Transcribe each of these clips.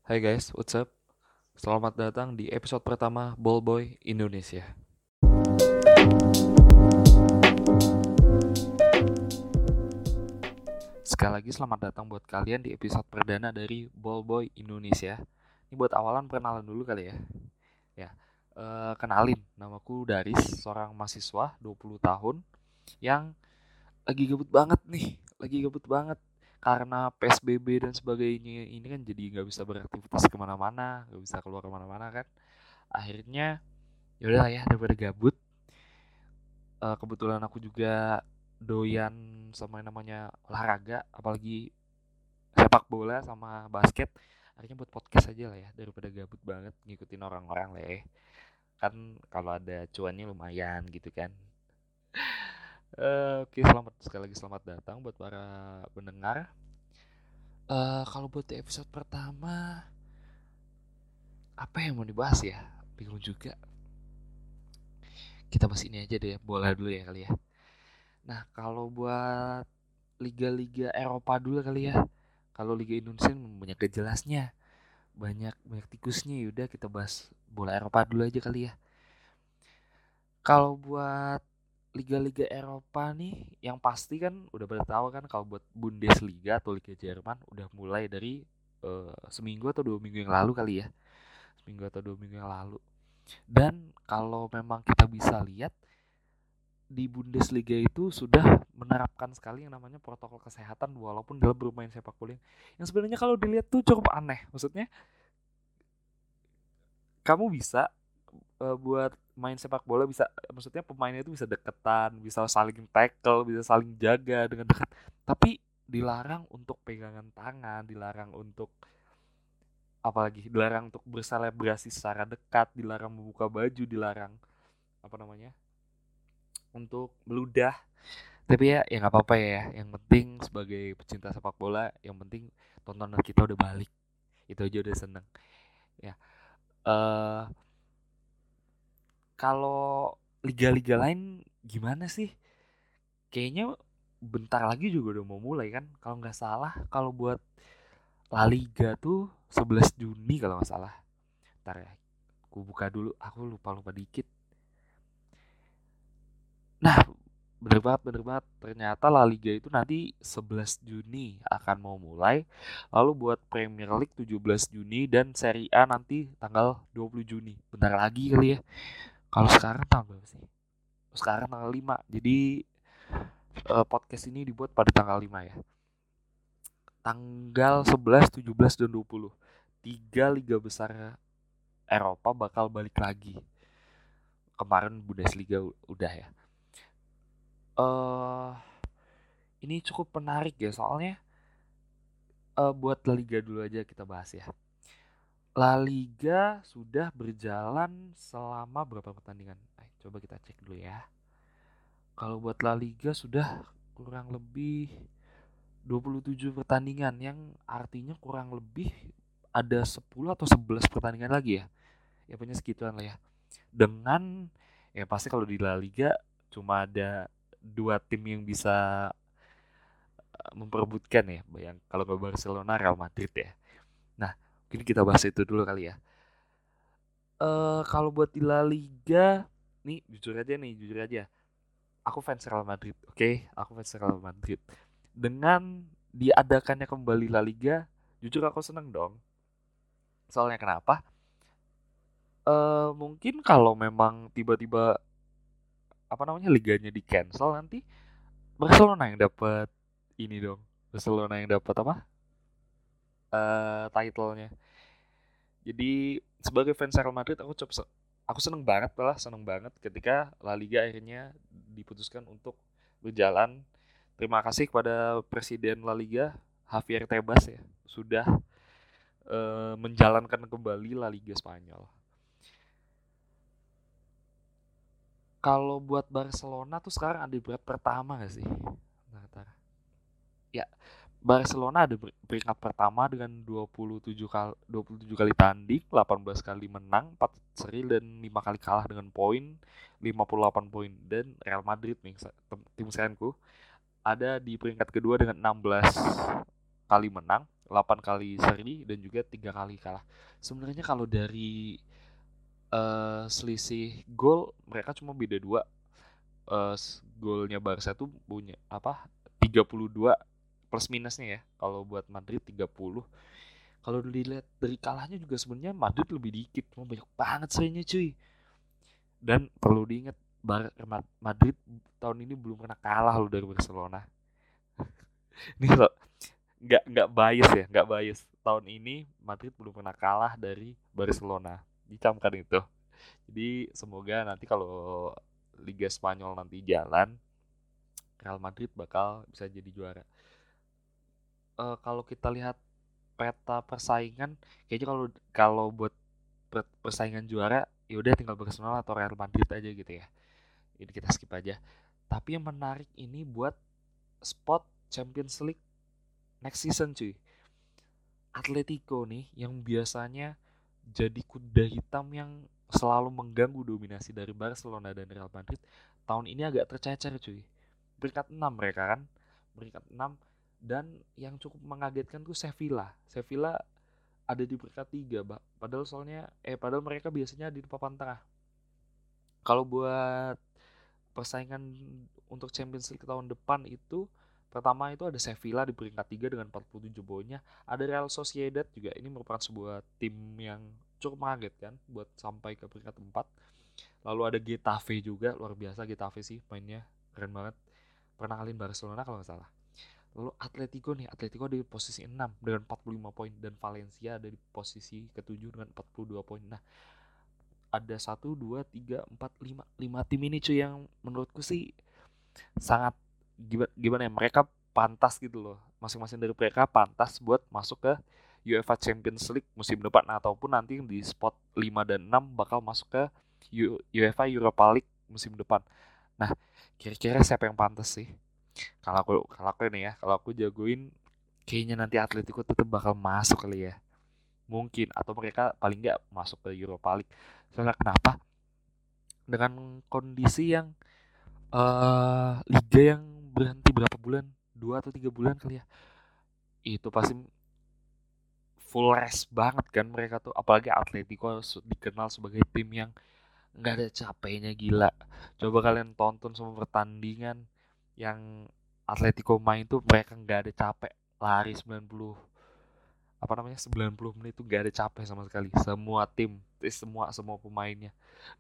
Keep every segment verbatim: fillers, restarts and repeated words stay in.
Hai guys, what's up? Selamat datang di episode pertama Ballboy Indonesia. Sekali lagi selamat datang buat kalian di episode perdana dari Ballboy Indonesia. Ini buat awalan perkenalan dulu kali ya. Ya, eh, kenalin, namaku Daris, seorang mahasiswa dua puluh tahun yang lagi gabut banget nih, lagi gabut banget karena P S B B dan sebagainya ini kan jadi nggak bisa beraktivitas kemana-mana, nggak bisa keluar kemana-mana kan. Akhirnya yaudah lah ya daripada gabut. Eh, kebetulan aku juga doyan sama yang namanya olahraga, apalagi sepak bola sama basket. Akhirnya buat podcast aja lah ya daripada gabut banget ngikutin orang-orang lah ya. Kan kalau ada cuannya lumayan gitu kan. Eh, Oke, selamat sekali lagi selamat datang buat para pendengar. Eh kalau buat di episode pertama apa yang mau dibahas ya? Bingung juga. Kita bahas ini aja deh, bola dulu ya kali ya. Nah, kalau buat liga-liga Eropa dulu kali ya. Kalau Liga Indonesia banyak gak jelasnya, banyak banyak tikusnya. Yaudah kita bahas bola Eropa dulu aja kali ya. Kalau buat liga-liga Eropa nih, yang pasti kan udah pada tahu kan kalau buat Bundesliga atau Liga Jerman udah mulai dari eh, seminggu atau dua minggu yang lalu kali ya, seminggu atau dua minggu yang lalu. Dan kalau memang kita bisa lihat di Bundesliga itu sudah menerapkan sekali yang namanya protokol kesehatan walaupun dalam bermain sepak bola yang sebenarnya kalau dilihat tuh cukup aneh. Maksudnya kamu bisa uh, buat main sepak bola bisa, maksudnya pemainnya itu bisa deketan, bisa saling tackle, bisa saling jaga dengan dekat, tapi dilarang untuk pegangan tangan, dilarang untuk apalagi dilarang untuk berselebrasi secara dekat, dilarang membuka baju, dilarang apa namanya untuk meludah. Tapi ya ya nggak apa-apa ya, yang penting sebagai pecinta sepak bola yang penting tontonan kita udah balik, itu aja udah seneng ya. eh Kalau liga-liga lain gimana sih? Kayaknya bentar lagi juga udah mau mulai kan? Kalau nggak salah, kalau buat La Liga tuh sebelas Juni kalau nggak salah. Ntar ya, aku buka dulu. Aku lupa-lupa dikit. Nah, bener banget, bener banget. Ternyata La Liga itu nanti sebelas Juni akan mau mulai. Lalu buat Premier League tujuh belas Juni dan Serie A nanti tanggal dua puluh Juni. Bentar lagi kali ya. Kalau sekarang tanggal berapa sih? Sekarang tanggal lima. Jadi eh, podcast ini dibuat pada tanggal lima ya. Tanggal sebelas, tujuh belas, dan dua puluh. Tiga liga besar Eropa bakal balik lagi. Kemarin Bundesliga udah ya. Eh uh, ini cukup menarik ya soalnya uh, buat La Liga dulu aja kita bahas ya. La Liga sudah berjalan selama berapa pertandingan? Ay, coba kita cek dulu ya. Kalau buat La Liga sudah kurang lebih dua puluh tujuh pertandingan yang artinya kurang lebih ada sepuluh atau sebelas pertandingan lagi ya. Ya punya segituan lah ya. Dengan ya pasti kalau di La Liga cuma ada dua tim yang bisa eh, memperebutkan ya. Bayang kalau nggak Barcelona, Real Madrid ya. Nah, mungkin kita bahas itu dulu kali ya. Eh kalau buat di La Liga nih jujur aja nih, jujur aja. Aku fans Real Madrid, oke? Okay? Aku fans Real Madrid. Dengan diadakannya kembali La Liga, jujur aku seneng dong. Soalnya kenapa? Eh mungkin kalau memang tiba-tiba apa namanya liganya di cancel nanti Barcelona yang dapat ini dong. Barcelona yang dapat apa? Eh title-nya. Jadi sebagai fans Real Madrid aku cukup aku seneng banget lah, seneng banget ketika La Liga akhirnya diputuskan untuk berjalan. Terima kasih kepada Presiden La Liga Javier Tebas ya sudah eh, menjalankan kembali La Liga Spanyol. Kalau buat Barcelona tuh sekarang ada di berat pertama gak sih? Nah, ya, Barcelona ada peringkat pertama dengan dua puluh tujuh kali dua puluh tujuh kali tanding, delapan belas kali menang, empat seri dan lima kali kalah dengan poin lima puluh delapan poin. Dan Real Madrid nih tim sayanganku ada di peringkat kedua dengan enam belas kali menang, delapan kali seri dan juga tiga kali kalah. Sebenarnya kalau dari uh, selisih gol mereka cuma beda dua. Uh, golnya Barca tuh punya apa tiga puluh dua plus minusnya ya. Kalau buat Madrid tiga puluh. Kalau dilihat dari kalahnya juga sebenarnya Madrid lebih dikit, cuma banyak banget serinya cuy. Dan perlu diingat Madrid tahun ini belum pernah kalah loh dari Barcelona. Nih loh, nggak nggak bias ya, nggak bias. Tahun ini Madrid belum pernah kalah dari Barcelona. Dicamkan itu. Jadi semoga nanti kalau Liga Spanyol nanti jalan, Real Madrid bakal bisa jadi juara. Uh, kalau kita lihat peta persaingan, kayaknya kalau kalau buat persaingan juara, ya udah tinggal Barcelona atau Real Madrid aja gitu ya. Ini kita skip aja. Tapi yang menarik ini buat spot Champions League next season cuy. Atletico nih yang biasanya jadi kuda hitam yang selalu mengganggu dominasi dari Barcelona dan Real Madrid, tahun ini agak tercecer cuy. Peringkat enam mereka kan, peringkat enam, dan yang cukup mengagetkan tuh Sevilla. Sevilla ada di peringkat tiga, Mbak. Padahal soalnya eh padahal mereka biasanya di papan tengah. Kalau buat persaingan untuk Champions League tahun depan itu, pertama itu ada Sevilla di peringkat tiga dengan empat puluh tujuh poinnya. Ada Real Sociedad juga, ini merupakan sebuah tim yang cukup mengagetkan buat sampai ke peringkat empat. Lalu ada Getafe juga, luar biasa Getafe sih mainnya, keren banget. Pernah ngalahin Barcelona kalau nggak salah. Lalu Atletico nih, Atletico ada di posisi enam dengan empat puluh lima poin, dan Valencia ada di posisi ketujuh dengan empat puluh dua poin. Nah, ada satu, dua, tiga, empat, lima, lima tim ini cuy yang menurutku sih sangat gimana, gimana ya, mereka pantas gitu loh. Masing-masing dari mereka pantas buat masuk ke UEFA Champions League musim depan, ataupun nanti di spot lima dan enam bakal masuk ke UEFA Europa League musim depan. Nah, kira-kira siapa yang pantas sih? Kalau aku kalau aku ini ya, kalau aku jagoin kayaknya nanti Atletico tetap bakal masuk kali ya. Mungkin, atau mereka paling nggak masuk ke Europa League. Soalnya kenapa? Dengan kondisi yang uh, liga yang berhenti berapa bulan, dua atau tiga bulan kali ya, itu pasti full rest banget kan mereka tuh. Apalagi Atletico dikenal sebagai tim yang nggak ada capeknya, gila. Coba kalian tonton semua pertandingan yang Atletico main tuh, mereka nggak ada capek, lari sembilan puluh apa namanya sembilan puluh menit itu nggak ada capek sama sekali. Semua tim, semua semua pemainnya.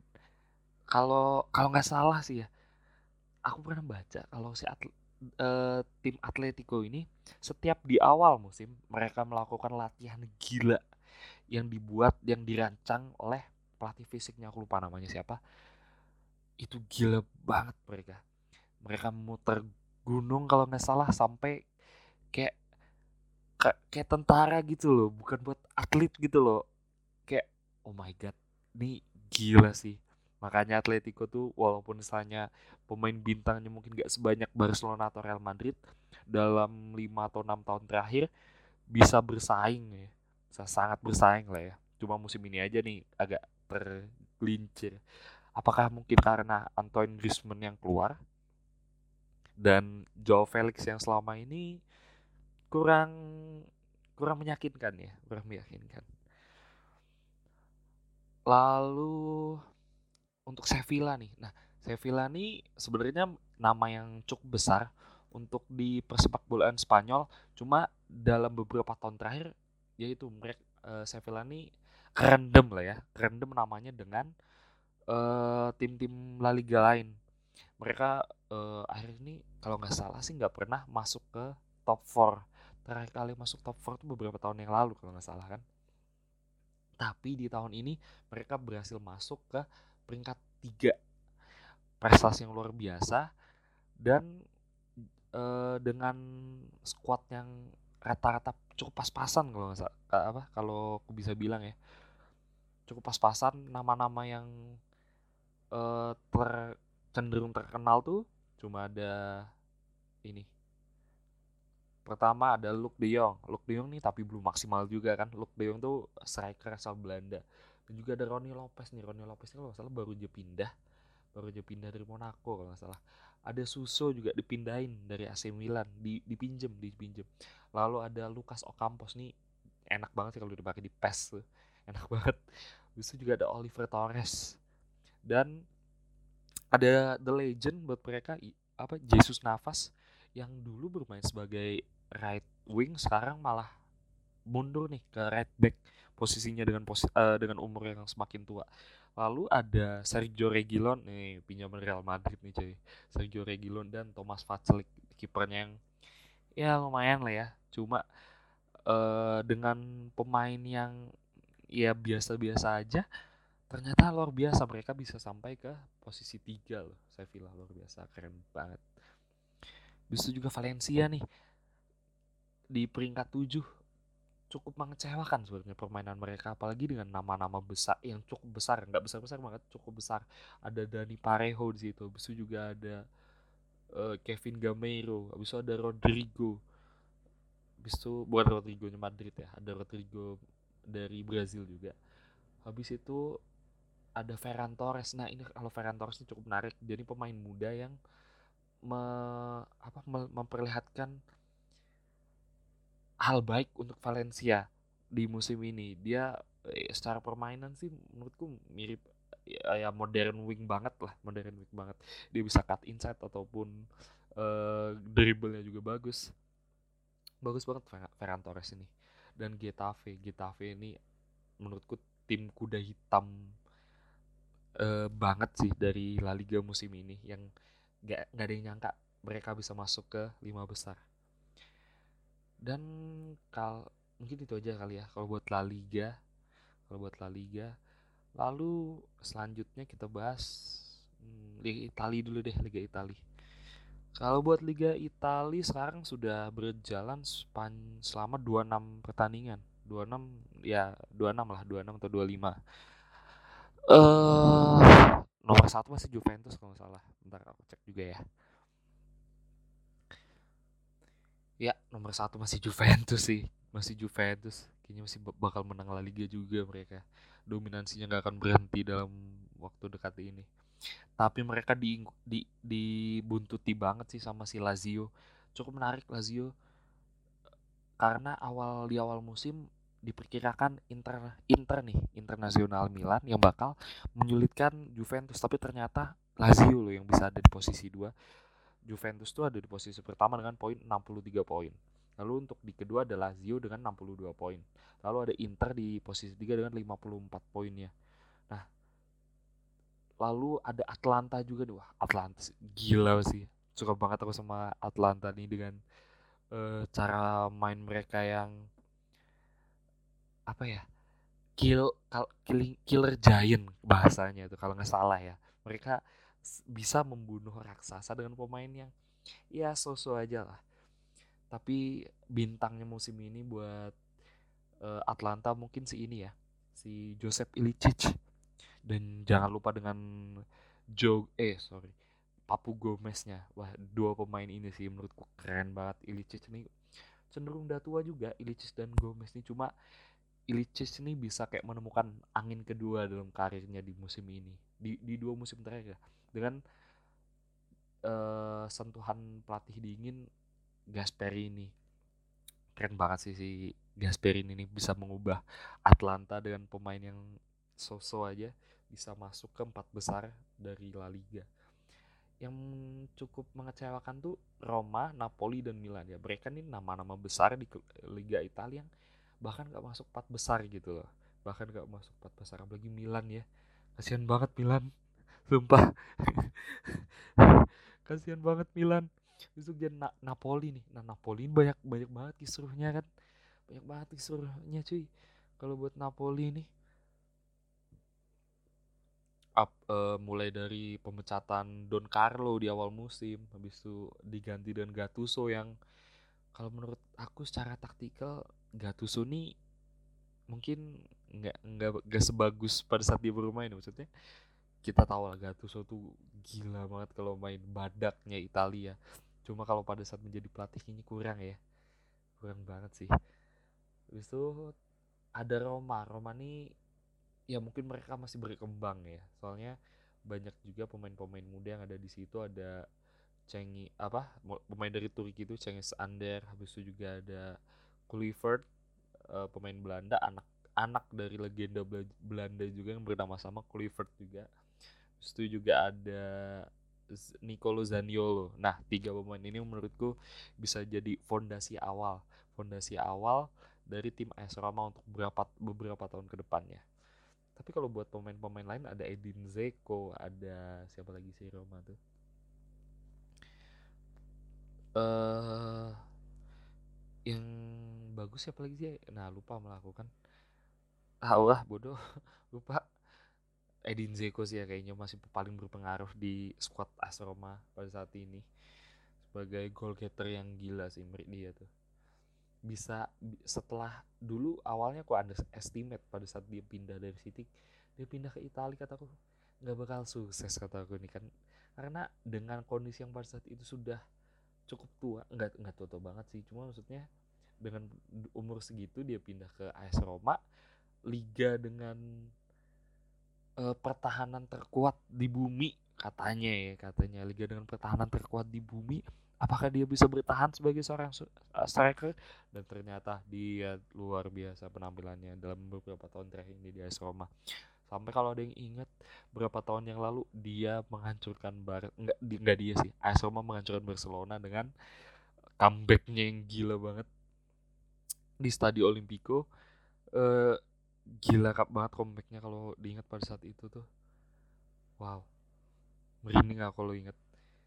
Kalau kalau nggak salah sih ya, aku pernah baca kalau si atlet, uh, tim Atletico ini setiap di awal musim mereka melakukan latihan gila yang dibuat, yang dirancang oleh pelatih fisiknya, aku lupa namanya siapa. Itu gila banget mereka. Mereka muter gunung kalau nggak salah, sampai kayak kayak tentara gitu loh, bukan buat atlet gitu loh. Kayak oh my god, ini gila sih. Makanya Atletico tuh walaupun misalnya pemain bintangnya mungkin gak sebanyak Barcelona atau Real Madrid, dalam lima atau enam tahun terakhir bisa bersaing ya. Bisa sangat bersaing lah ya. Cuma musim ini aja nih agak tergelincir. Apakah mungkin karena Antoine Griezmann yang keluar dan Joao Felix yang selama ini kurang kurang meyakinkan ya, kurang meyakinkan. Lalu untuk Sevilla nih. Nah, Sevilla nih sebenarnya nama yang cukup besar untuk di persepak bolaan Spanyol. Cuma dalam beberapa tahun terakhir, yaitu mereka uh, Sevilla nih kerendam lah ya, kerendam namanya dengan uh, tim-tim La Liga lain. Mereka uh, akhir ini kalau nggak salah sih nggak pernah masuk ke top empat. Terakhir kali masuk top empat itu beberapa tahun yang lalu kalau nggak salah kan. Tapi di tahun ini mereka berhasil masuk ke peringkat tiga. Prestasi yang luar biasa, dan e, dengan squad yang rata-rata cukup pas-pasan kalau nggak salah, apa kalau aku bisa bilang ya, cukup pas-pasan. Nama-nama yang e, ter, cenderung terkenal tuh cuma ada ini. Pertama ada Luuk de Jong. Luuk de Jong nih tapi belum maksimal juga kan. Luuk de Jong tuh striker asal Belanda. Dan juga ada Ronnie Lopez nih. Ronnie Lopez ini kalau nggak salah baru aja pindah baru aja pindah dari Monaco kalau nggak salah. Ada Suso juga dipindahin dari A C Milan, di dipinjem dipinjem. Lalu ada Lucas Ocampos nih, enak banget sih kalau dipakai di PES tuh, enak banget. Bisa juga ada Oliver Torres, dan ada the legend buat mereka, apa, Jesus Navas yang dulu bermain sebagai right wing, sekarang malah mundur nih ke right back posisinya dengan posi- eh, dengan umur yang semakin tua. Lalu ada Sergio Reguilon nih, pinjaman Real Madrid nih cuy. Sergio Reguilon dan Thomas Vaclik, kipernya yang ya lumayan lah ya. Cuma eh, dengan pemain yang ya biasa-biasa aja, ternyata luar biasa, mereka bisa sampai ke posisi tiga loh. Sevilla luar biasa, keren banget. Bisa juga Valencia nih di peringkat tujuh, cukup mengecewakan sebenarnya permainan mereka, apalagi dengan nama-nama besar yang cukup besar, nggak besar-besar banget, cukup besar. Ada Dani Parejo di situ, habis itu juga ada eh, Kevin Gameiro, habis itu ada Rodrigo, habis itu bukan Rodrigo-nya Madrid ya, ada Rodrigo dari Brazil juga. Habis itu ada Ferran Torres. Nah ini kalau Ferran Torres ini cukup menarik, jadi pemain muda yang me, apa, me- memperlihatkan hal baik untuk Valencia di musim ini. Dia eh, secara permainan sih menurutku mirip ya, ya modern wing banget lah, modern wing banget. Dia bisa cut inside ataupun eh, dribblenya juga bagus. Bagus banget Ferran Torres ini. Dan Getafe, Getafe ini menurutku tim kuda hitam eh, banget sih dari La Liga musim ini, yang gak, gak ada yang nyangka mereka bisa masuk ke lima besar. Dan kal mungkin itu aja kali ya kalau buat La Liga. Kalau buat La Liga, lalu selanjutnya kita bahas hmm, Liga Italia dulu deh, Liga Italia. Kalau buat Liga Italia sekarang sudah berjalan sepan, selama dua puluh enam pertandingan. dua puluh enam ya, dua puluh enam lah, dua puluh enam atau dua puluh lima. Eh uh, nomor satu masih Juventus kalau nggak salah. Bentar aku cek juga ya. Ya, nomor satu masih Juventus sih. Masih Juventus. Kayaknya masih bakal menang La Liga juga mereka. Dominansinya nggak akan berhenti dalam waktu dekat ini. Tapi mereka di, di dibuntuti banget sih sama si Lazio. Cukup menarik Lazio, karena awal di awal musim diperkirakan Inter Inter nih, Internasional Milan yang bakal menyulitkan Juventus, tapi ternyata Lazio loh yang bisa ada di posisi dua. Juventus tuh ada di posisi pertama dengan poin enam puluh tiga poin. Lalu untuk di kedua ada Lazio dengan enam puluh dua poin. Lalu ada Inter di posisi tiga dengan lima puluh empat poinnya. Nah, lalu ada Atlanta juga nih. Wah, Atlanta gila sih. Suka banget aku sama Atlanta nih dengan uh, cara main mereka yang apa ya? Kill, killing, killer giant bahasanya itu kalau nggak salah ya. Mereka bisa membunuh raksasa dengan pemain yang ya so-so aja lah. Tapi bintangnya musim ini buat uh, Atlanta mungkin si ini ya, si Joseph Ilicic. Dan jangan lupa dengan Joe eh sorry Papu Gomeznya. Wah, dua pemain ini sih menurutku keren banget. Ilicic ini cenderung udah tua juga, Ilicic dan Gomez ini. Cuma Ilicic ini bisa kayak menemukan angin kedua dalam karirnya di musim ini, di, di dua musim terakhir dengan uh, sentuhan pelatih dingin Gasperini. Keren banget sih si Gasperini ini bisa mengubah Atlanta dengan pemain yang so-so aja bisa masuk ke empat besar dari La Liga. Yang cukup mengecewakan tuh Roma, Napoli, dan Milan ya. Mereka nih nama-nama besar di Liga Italia yang bahkan gak masuk empat besar gitu loh. Bahkan gak masuk empat besar, apalagi Milan ya. Kasian banget Milan, sumpah. Kasian banget Milan. Besok dia Na- Napoli nih. Nah, Napoli banyak banyak banget kisruhnya kan. Banyak banget kisruhnya cuy. Kalau buat Napoli nih, up, uh, mulai dari pemecatan Don Carlo di awal musim, habis itu diganti dengan Gattuso yang kalau menurut aku secara taktikal Gattuso nih mungkin nggak nggak nggak sebagus pada saat dia bermain. Maksudnya kita tahu lah Gattuso tuh gila banget kalau main, badaknya Italia. Cuma kalau pada saat menjadi pelatih ini kurang ya, kurang banget sih. Habis itu ada Roma. Roma nih ya mungkin mereka masih berkembang ya, soalnya banyak juga pemain-pemain muda yang ada di situ. Ada Cengi apa pemain dari Turki itu Cengiz Under, habis itu juga ada Kluivert, uh, pemain Belanda, anak anak dari legenda Belanda juga yang bernama sama Kluivert juga. Habis itu juga ada Nicolo Zaniolo. Nah, tiga pemain ini menurutku bisa jadi fondasi awal, fondasi awal dari tim A S Roma untuk beberapa beberapa tahun ke depannya. Tapi kalau buat pemain-pemain lain ada Edin Dzeko, ada siapa lagi sih Roma tuh? Eh uh, yang bagus siapa lagi sih? Nah, lupa melakukan. Ah, wah, bodoh. Lupa. Edin Dzeko sih ya kayaknya masih paling berpengaruh di squad A S Roma pada saat ini. Sebagai goal getter yang gila sih menurut dia tuh. Bisa setelah dulu awalnya aku underestimate pada saat dia pindah dari City, dia pindah ke Italia, kataku nggak bakal sukses kataku ini kan, karena dengan kondisi yang pada saat itu sudah cukup tua, nggak nggak tua-tua banget sih, cuma maksudnya dengan umur segitu dia pindah ke A S Roma, liga dengan uh, pertahanan terkuat di bumi katanya ya, katanya liga dengan pertahanan terkuat di bumi, apakah dia bisa bertahan sebagai seorang striker? Dan ternyata dia luar biasa penampilannya dalam beberapa tahun terakhir ini di A S Roma. Sampai kalau ada yang ingat beberapa tahun yang lalu dia menghancurkan Bar enggak, enggak dia sih, A S Roma menghancurkan Barcelona dengan comebacknya yang gila banget di Stadio Olimpico. uh, Gila kap banget comebacknya kalau diingat pada saat itu tuh. Wow, merinding aku kalau inget.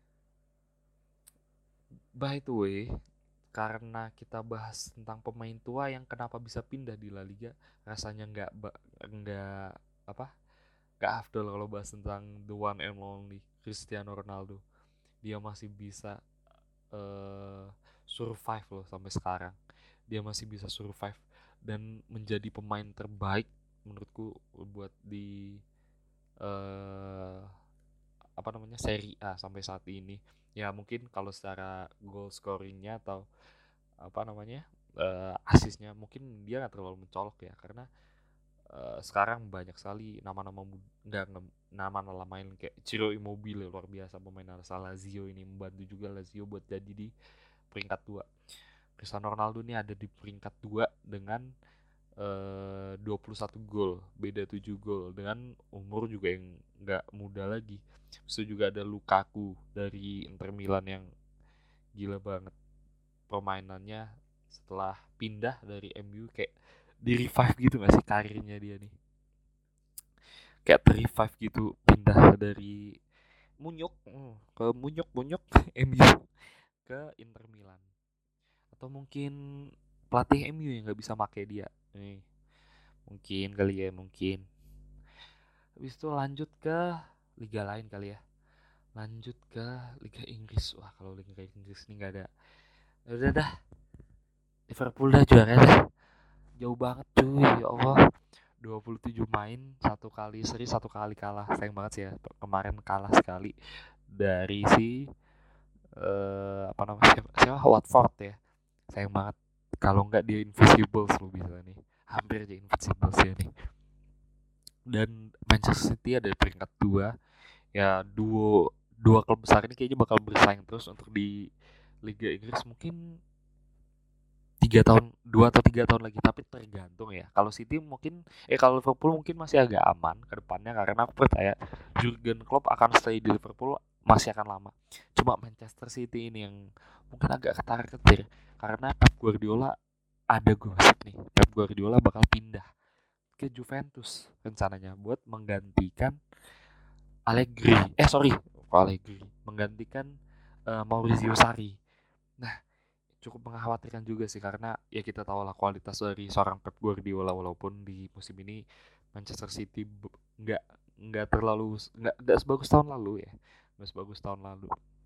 By the way, karena kita bahas tentang pemain tua yang kenapa bisa pindah di La Liga, rasanya nggak nggak apa nggak afdol kalau bahas tentang the one and only Cristiano Ronaldo. Dia masih bisa uh, survive loh sampai sekarang. Dia masih bisa survive dan menjadi pemain terbaik menurutku buat di uh, apa namanya Serie A sampai saat ini. Ya mungkin kalau secara goal scoringnya atau apa namanya uh, asisnya mungkin dia nggak terlalu mencolok ya, karena uh, sekarang banyak sekali nama-nama nggak nama-nama main kayak Ciro Immobile, luar biasa pemain asal Lazio ini, membantu juga Lazio buat jadi di peringkat dua. Cristiano Ronaldo ini ada di peringkat dua dengan uh, dua puluh satu gol, beda tujuh gol, dengan umur juga yang nggak muda lagi. Terus juga ada Lukaku dari Inter Milan yang gila banget permainannya setelah pindah dari M U, kayak di revive gitu gak sih karirnya dia nih, kayak ter-revive gitu, pindah dari Munyuk hmm, ke Munyuk Munyuk M U ke Inter Milan. Atau mungkin pelatih M U yang nggak bisa make dia nih, mungkin kali ya, mungkin. Habis itu lanjut ke liga lain kali ya, lanjut ke Liga Inggris. Wah, kalau Liga Inggris ini nggak ada, udah dah, Liverpool dah juara dah, jauh banget cuy, ya Allah. dua puluh tujuh main, satu kali seri, satu kali kalah. Sayang banget sih ya, kemarin kalah sekali dari si uh, apa namanya siapa, siapa Watford ya. Sayang banget, kalau nggak dia invisible lu bisa nih, hampir aja invisible sih nih. Dan Manchester City ada di peringkat dua. Ya duo dua klub besar ini kayaknya bakal bersaing terus untuk di Liga Inggris mungkin tiga tahun, dua atau tiga tahun lagi, tapi tergantung ya. Kalau City mungkin, eh kalau Liverpool mungkin masih agak aman ke depannya, karena aku percaya Jurgen Klopp akan stay di Liverpool masih akan lama. Cuma Manchester City ini yang mungkin agak ketar-ketir, karena Pep Guardiola, ada gosip nih, Pep Guardiola bakal pindah ke Juventus rencananya buat menggantikan Allegri. Eh sorry, Allegri menggantikan uh, Maurizio Sarri. Nah, cukup mengkhawatirkan juga sih, karena ya kita tahu lah kualitas dari seorang Pep Guardiola, walaupun di musim ini Manchester City nggak nggak terlalu nggak nggak sebagus tahun lalu ya, nggak sebagus tahun lalu.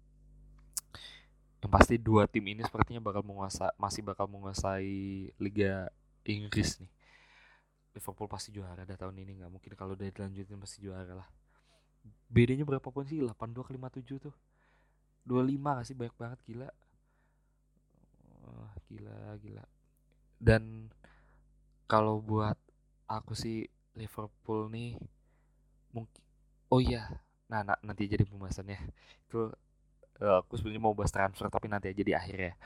Yang pasti dua tim ini sepertinya bakal menguasai, masih bakal menguasai Liga Inggris nih. Liverpool pasti juara dah tahun ini, nggak mungkin kalau udah dilanjutin pasti juara lah. Bedanya berapa poin sih? delapan puluh dua ke lima puluh tujuh tuh, dua puluh lima gak sih? Banyak banget, gila. Wah, gila gila. Dan kalau buat aku sih Liverpool nih mungkin, oh iya, Nah, nah nanti jadi pembahasannya itu. Uh, aku sebenarnya mau bahas transfer tapi nanti aja di akhir ya.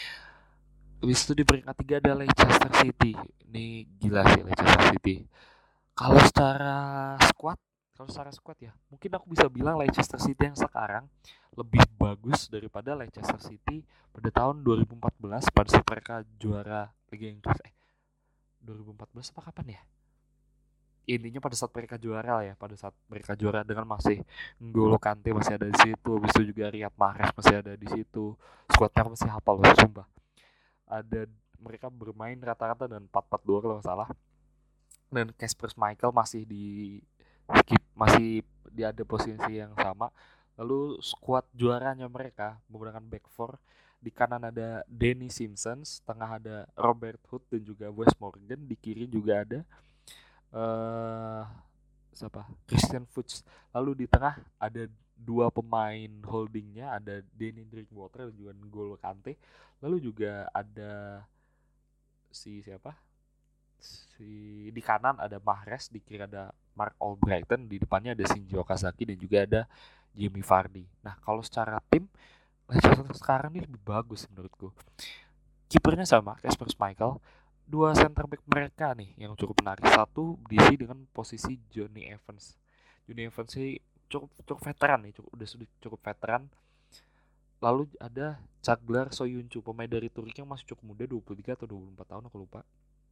Habis itu di peringkat tiga ada Leicester City. Ini gila sih Leicester City. Kalau secara squad, kalau secara squad ya, mungkin aku bisa bilang Leicester City yang sekarang lebih bagus daripada Leicester City pada tahun dua ribu empat belas pada saat mereka juara Liga Inggris. Eh, dua ribu empat belas apa kapan ya? Intinya pada saat mereka juara lah ya, pada saat mereka juara dengan masih N'Golo Kante masih ada di situ, habis itu juga Riyad Mahrez masih ada di situ. Squadnya masih hafal loh, sumpah. Ada mereka bermain rata-rata dengan empat empat dua kalau nggak salah. Dan Kasper Schmeichel masih di skip masih di ada posisi yang sama. Lalu squad juaranya mereka menggunakan back four. Di kanan ada Danny Simpsons, tengah ada Robert Hood dan juga Wes Morgan, di kiri juga ada uh, siapa? Christian Fuchs. Lalu di tengah ada dua pemain holdingnya, ada Danny Drinkwater dan juga N'Golo Kante. Lalu juga ada si siapa? Si di kanan ada Mahrez, di kiri ada Mark Albrighton, di depannya ada Shinji Okazaki dan juga ada Jamie Vardy. Nah, kalau secara tim Leicester sekarang ini lebih bagus menurutku. Kipernya sama, Kasper Schmeichel. Dua center back mereka nih yang cukup menarik. Satu diisi dengan posisi Johnny Evans. Johnny Evans sih cukup cukup veteran nih, cukup udah sudah cukup veteran. Lalu ada Çağlar Soyuncu, pemain dari Turki yang masih cukup muda, dua puluh tiga atau dua puluh empat tahun aku lupa.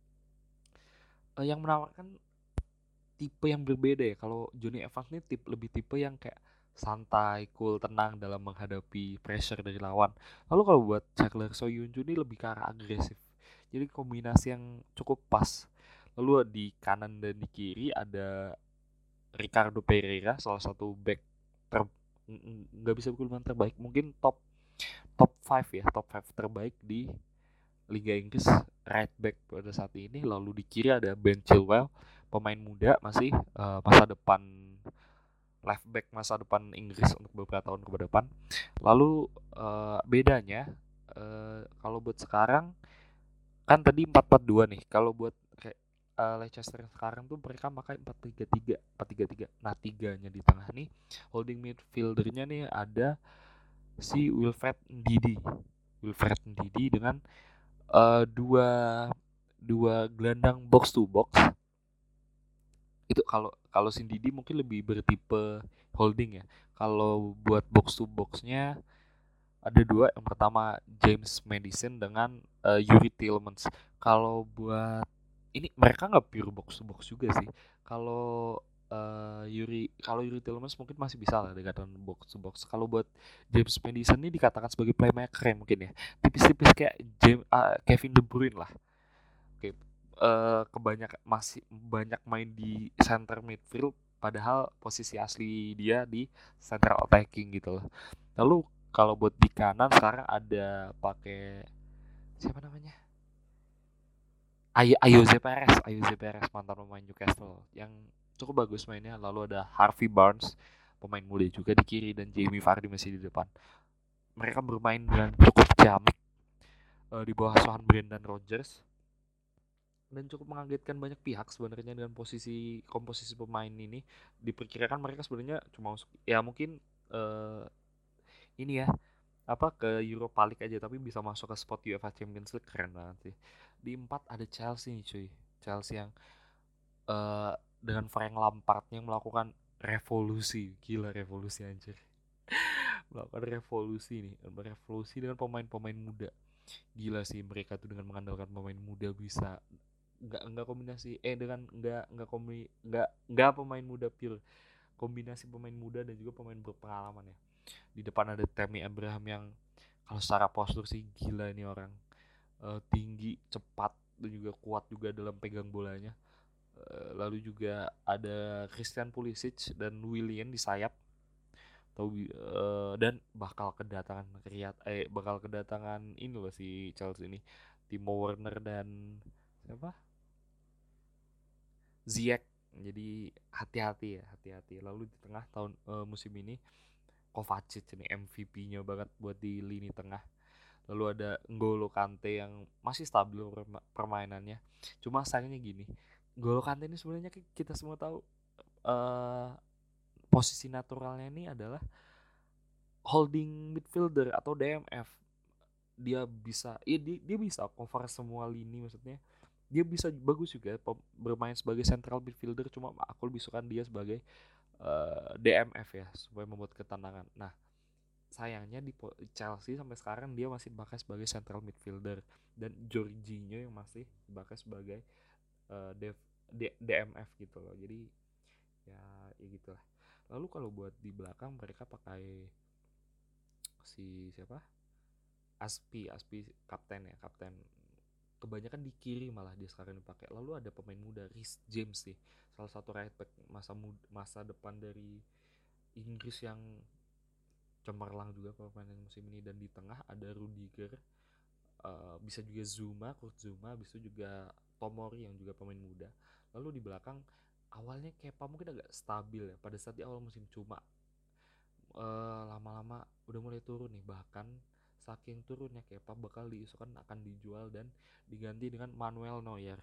Uh, yang menawarkan tipe yang berbeda ya. Kalau Johnny Evans ini tipe, lebih tipe yang kayak santai, cool, tenang dalam menghadapi pressure dari lawan. Lalu kalau buat Çağlar Soyuncu ini lebih ke arah agresif. Jadi kombinasi yang cukup pas. Lalu di kanan dan di kiri ada Ricardo Pereira, salah satu back ter nggak bisa bilang terbaik, mungkin top top lima ya, top lima terbaik di Liga Inggris, right back pada saat ini. Lalu di kiri ada Ben Chilwell, pemain muda masih uh, masa depan left back masa depan Inggris untuk beberapa tahun ke depan. Lalu uh, bedanya uh, kalau buat sekarang kan tadi empat empat dua nih. Kalau buat kayak uh, Leicester sekarang tuh mereka pakai empat tiga tiga, empat tiga tiga. Nah, tiganya di tengah nih holding midfieldernya nih ada si Wilfred Ndidi. Wilfred Ndidi dengan uh, dua dua gelandang box to box. Itu kalau kalau si Ndidi mungkin lebih bertipe holding ya. Kalau buat box to boxnya ada dua. Yang pertama James Maddison dengan uh, Yuri Tillmans. Kalau buat ini mereka nggak pure box to box juga sih. Kalau uh, Yuri kalau Yuri Tillmans mungkin masih bisa lah dikatakan box to box. Kalau buat James Maddison ini dikatakan sebagai playmaker ya mungkin ya. Tipis-tipis kayak James, uh, Kevin De Bruyne lah. Oke, uh, kebanyak masih banyak main di center midfield padahal posisi asli dia di center attacking gitu loh. Lalu kalau buat di kanan sekarang ada pakai siapa namanya? Ay Ayoze Perez, Ayoze Perez mantan pemain Newcastle yang cukup bagus mainnya. Lalu ada Harvey Barnes, pemain muda juga di kiri dan Jamie Vardy masih di depan. Mereka bermain dengan cukup ciamik uh, di bawah asuhan Brendan Rodgers dan cukup mengagetkan banyak pihak sebenarnya dengan posisi komposisi pemain ini. Diperkirakan mereka sebenarnya cuma ya mungkin uh, ini ya apa ke Europa League aja tapi bisa masuk ke spot UEFA Champions League, keren banget sih. Di empat ada Chelsea nih cuy. Chelsea yang uh, dengan Frank Lampard yang melakukan revolusi, gila revolusi anjir. Melakukan revolusi nih, revolusi dengan pemain-pemain muda. Gila sih mereka tuh dengan mengandalkan pemain muda bisa nggak nggak kombinasi eh dengan nggak nggak kombi nggak nggak pemain muda pure, kombinasi pemain muda dan juga pemain berpengalaman ya. Di depan ada Tammy Abraham yang kalau secara postur sih gila ini orang, uh, tinggi, cepat dan juga kuat juga dalam pegang bolanya. Uh, lalu juga ada Christian Pulisic dan Willian di sayap. Tahu uh, dan bakal kedatangan Riyad eh bakal kedatangan ini loh si Chelsea ini, Timo Werner dan siapa? Ziyech. Jadi hati-hati ya, hati-hati. Lalu di tengah tahun uh, musim ini Kovacic ini M V P-nya banget buat di lini tengah. Lalu ada N'Golo Kante yang masih stabil permainannya. Cuma sayangnya gini, N'Golo Kante ini sebenarnya kita semua tahu uh, posisi naturalnya ini adalah holding midfielder atau D M F. Dia bisa, ya dia, dia bisa cover semua lini, maksudnya dia bisa bagus juga bermain sebagai central midfielder, cuma aku lebih suka dia sebagai uh, D M F ya, supaya membuat ketenangan. Nah, sayangnya di Chelsea sampai sekarang dia masih dipakai sebagai central midfielder, dan Jorginho yang masih dipakai sebagai uh, D, D, DMF gitu loh. Jadi ya, ya gitulah. Lalu kalau buat di belakang mereka pakai si siapa? Aspi, Aspi kapten ya, kapten. Kebanyakan di kiri malah dia sekarang dipakai. Lalu ada pemain muda Reece James sih, salah satu right back masa muda, masa depan dari Inggris yang cemerlang juga permainan musim ini. Dan di tengah ada Rudiger, uh, bisa juga Zuma, Kurt Zuma, bisa juga Tomori yang juga pemain muda. Lalu di belakang awalnya Kepa mungkin agak stabil ya pada saat di awal musim, cuma uh, lama-lama udah mulai turun nih. Bahkan saking turunnya Kepa bakal diisukan akan dijual dan diganti dengan Manuel Neuer.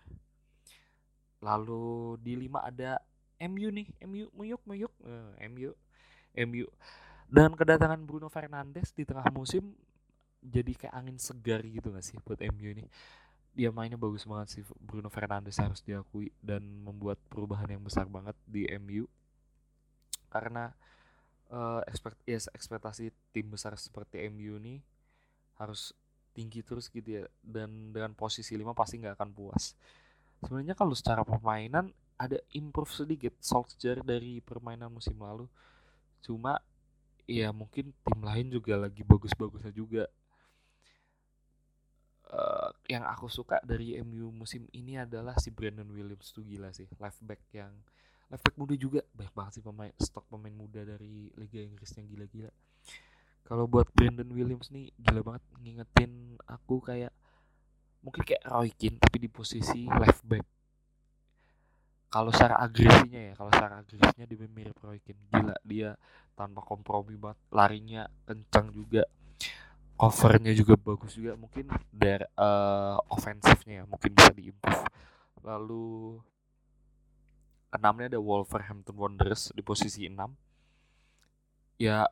Lalu di lima ada M U nih, M U muyuk muyuk, uh, M U M U dan kedatangan Bruno Fernandes di tengah musim jadi kayak angin segar gitu gak sih buat M U ini. Dia mainnya bagus banget sih Bruno Fernandes, harus diakui, dan membuat perubahan yang besar banget di M U. Karena uh, ekspekt yes, ekspektasi tim besar seperti M U ini harus tinggi terus gitu ya, dan dengan posisi lima pasti nggak akan puas. Sebenarnya kalau secara permainan ada improve sedikit Solskjaer dari permainan musim lalu, cuma ya mungkin tim lain juga lagi bagus-bagusnya juga. Uh, yang aku suka dari M U musim ini adalah si Brandon Williams tuh gila sih, left back yang left back muda juga, banyak banget sih pemain stok pemain muda dari Liga Inggris yang gila-gila. Kalau buat Brandon Williams nih gila banget, ngingetin aku kayak mungkin kayak Roy Keane tapi di posisi left back. Kalau secara agresinya ya, kalau secara agresinya dia mirip Roy Keane, gila dia tanpa kompromi banget, larinya kencang juga, covernya juga bagus juga. Mungkin dari uh, ofensifnya ya mungkin bisa diimprove. Lalu enamnya ada Wolverhampton Wanderers di posisi enam. Ya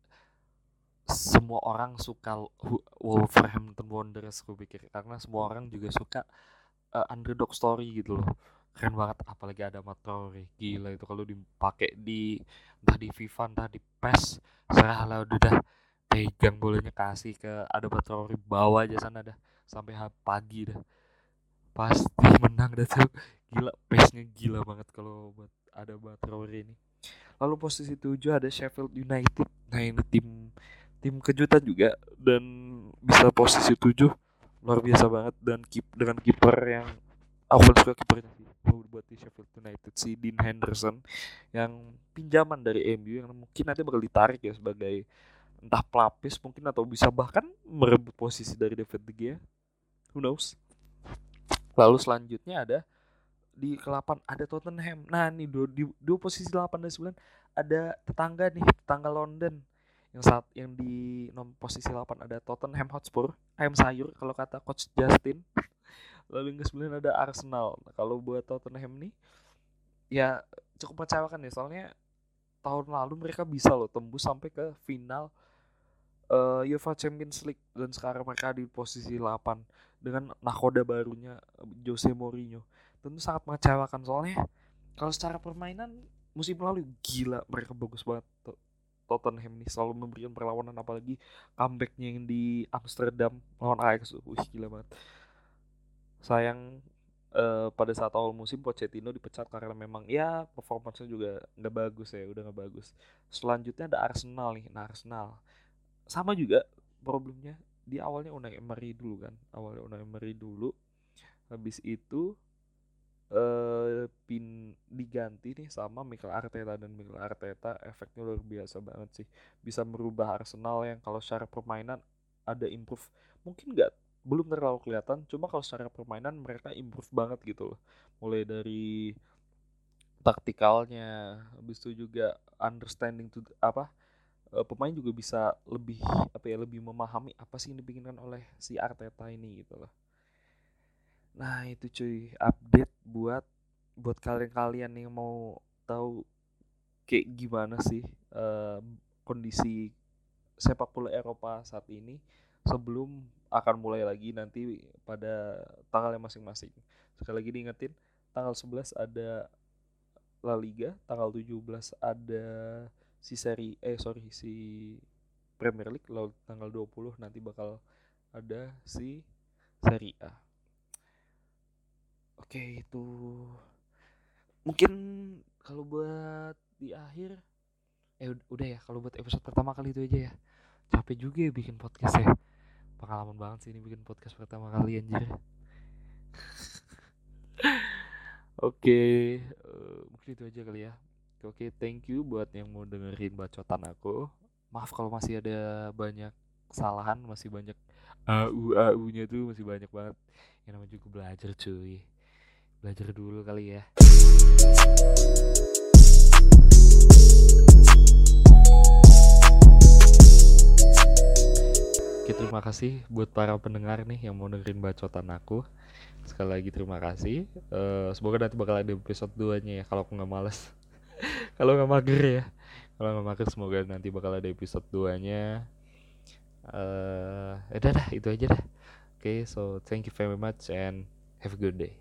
semua orang suka Wolverhampton Wanderers gue pikir, karena semua orang juga suka uh, underdog story gitu loh. Keren banget, apalagi ada Matraore, gila itu kalau dipakai di entah di FIFA entah di PES, serah lah udah dah, pegang bolanya kasih ke ada Matraore, bawa aja sana dah sampai pagi dah pasti menang dah tuh. Gila, pace-nya gila banget kalau buat ada Matraore ini. Lalu posisi tujuh ada Sheffield United. Nah ini tim tim kejutan juga dan bisa posisi tujuh, luar biasa banget. Dan keep dengan kiper yang aku suka kipernya sih buat di Sheffield United, si Dean Henderson yang pinjaman dari M U yang mungkin nanti bakal ditarik ya sebagai entah pelapis mungkin, atau bisa bahkan merebut posisi dari David De Gea, who knows. Lalu selanjutnya ada di ke delapan ada Tottenham. Nah nih dua, di dua posisi delapan dan sembilan ada tetangga nih, tetangga London. Yang saat yang di nomor posisi delapan ada Tottenham Hotspur, ayam sayur kalau kata coach Justin. Lalu yang ke sembilan ada Arsenal. Nah, kalau buat Tottenham nih ya cukup mengecewakan ya, soalnya tahun lalu mereka bisa loh tembus sampai ke final uh, UEFA Champions League, dan sekarang mereka di posisi delapan dengan nakoda barunya Jose Mourinho. Tentu sangat mengecewakan, soalnya kalau secara permainan musim lalu gila mereka bagus banget. Tottenham nih selalu memberikan perlawanan, apalagi comebacknya yang di Amsterdam lawan Ajax, wih gila banget. Sayang uh, pada saat awal musim Pochettino dipecat karena memang ya performanya juga nggak bagus ya, udah nggak bagus. Selanjutnya ada Arsenal nih. Nah Arsenal sama juga problemnya, di awalnya Unai Emery dulu kan, awalnya Unai Emery dulu, habis itu eh pin diganti nih sama Mikel Arteta, dan Mikel Arteta efeknya luar biasa banget sih, bisa merubah Arsenal yang kalau secara permainan ada improve, mungkin nggak belum terlalu kelihatan, cuma kalau secara permainan mereka improve banget gitu loh, mulai dari taktikalnya, habis itu juga understanding to apa, uh, pemain juga bisa lebih apa ya, lebih memahami apa sih yang dipinginkan oleh si Arteta ini gitu loh. Nah itu cuy, update buat buat kalian-kalian yang mau tahu kayak gimana sih uh, kondisi sepak bola Eropa saat ini sebelum akan mulai lagi nanti pada tanggalnya masing-masing. Sekali lagi diingetin, tanggal sebelas ada La Liga, tanggal tujuh belas ada si seri eh sorry si Premier League, lalu tanggal dua puluh nanti bakal ada si Serie A. Oke, itu mungkin kalau buat di akhir eh udah ya, kalau buat episode pertama kali itu aja ya. Capek juga ya bikin podcast ya. Pengalaman banget sih ini bikin podcast pertama kali anjir. Oke, uh, mungkin itu aja kali ya. Oke, thank you buat yang mau dengerin bacotan aku. Maaf kalau masih ada banyak kesalahan, masih banyak au au nya tuh masih banyak banget. Yang namanya juga belajar cuy. Belajar dulu kali ya. Oke, terima kasih buat para pendengar nih yang mau dengerin bacotan aku. Sekali lagi terima kasih. Uh, semoga nanti bakal ada episode dua nya ya kalau aku gak males. Kalau gak mager ya. Kalau gak mager semoga nanti bakal ada episode dua nya. Uh, udah dah, itu aja dah. Oke, okay, so thank you very much and have a good day.